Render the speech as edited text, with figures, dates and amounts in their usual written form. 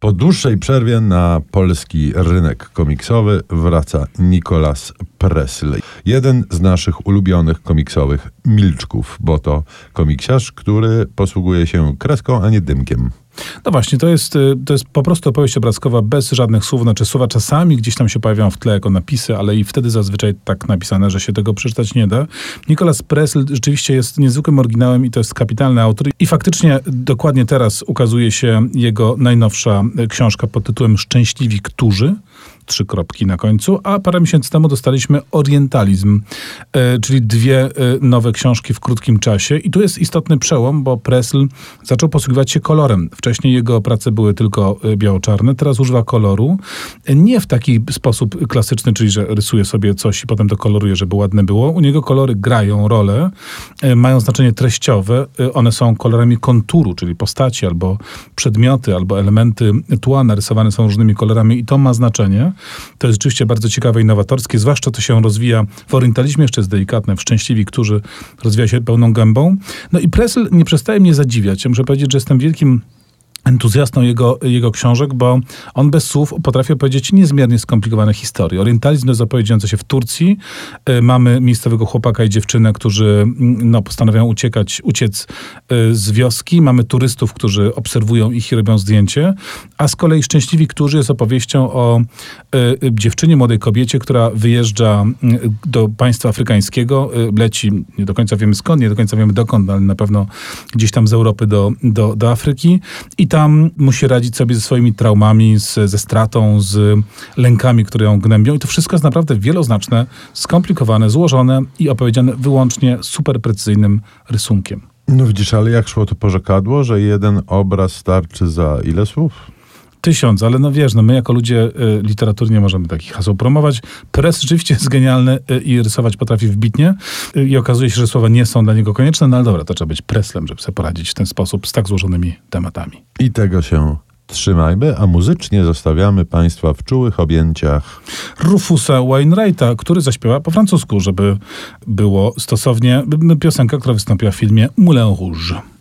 Po dłuższej przerwie na polski rynek komiksowy wraca Nicholas Presley. Jeden z naszych ulubionych komiksowych milczków, bo to komiksiarz, który posługuje się kreską, a nie dymkiem. No właśnie, to jest po prostu opowieść obrazkowa bez żadnych słów, znaczy słowa czasami gdzieś tam się pojawiają w tle jako napisy, ale i wtedy zazwyczaj tak napisane, że się tego przeczytać nie da. Nicholas Presley rzeczywiście jest niezwykłym oryginałem i to jest kapitalny autor. I faktycznie dokładnie teraz ukazuje się jego najnowsza książka pod tytułem Szczęśliwi Którzy? 3 kropki na końcu, a parę miesięcy temu dostaliśmy Orientalizm, czyli 2 nowe książki w krótkim czasie. I tu jest istotny przełom, bo Presley zaczął posługiwać się kolorem. Wcześniej jego prace były tylko biało-czarne, teraz używa koloru. Nie w taki sposób klasyczny, czyli że rysuje sobie coś i potem to koloruje, żeby ładne było. U niego kolory grają rolę, mają znaczenie treściowe. One są kolorami konturu, czyli postaci, albo przedmioty, albo elementy tła narysowane są różnymi kolorami i to ma znaczenie. To jest rzeczywiście bardzo ciekawe i nowatorskie, zwłaszcza to się rozwija w orientalizmie, jeszcze jest delikatne, w Szczęśliwi Którzy rozwija się pełną gębą. No i Presley nie przestaje mnie zadziwiać. Ja muszę powiedzieć, że jestem wielkim entuzjastą jego książek, bo on bez słów potrafi opowiedzieć niezmiernie skomplikowane historie. Orientalizm to jest opowieść dziejąca się w Turcji. Mamy miejscowego chłopaka i dziewczynę, którzy postanawiają uciec z wioski. Mamy turystów, którzy obserwują ich i robią zdjęcie. A z kolei Szczęśliwi Którzy jest opowieścią o dziewczynie, młodej kobiecie, która wyjeżdża do państwa afrykańskiego, leci, nie do końca wiemy skąd, nie do końca wiemy dokąd, ale na pewno gdzieś tam z Europy do Afryki. I tam musi radzić sobie ze swoimi traumami, ze stratą, z lękami, które ją gnębią. I to wszystko jest naprawdę wieloznaczne, skomplikowane, złożone i opowiedziane wyłącznie super precyzyjnym rysunkiem. No widzisz, ale jak szło to porzekadło, że jeden obraz starczy za ile słów? 1000, ale no wiesz, my jako ludzie literatury nie możemy takich haseł promować. Press rzeczywiście jest genialny i rysować potrafi wbitnie i okazuje się, że słowa nie są dla niego konieczne, no ale dobra, to trzeba być Preslem, żeby sobie poradzić w ten sposób z tak złożonymi tematami. I tego się trzymajmy, a muzycznie zostawiamy Państwa w czułych objęciach Rufusa Wainwrighta, który zaśpiewa po francusku, żeby było stosownie, piosenka, która wystąpiła w filmie Moulin Rouge.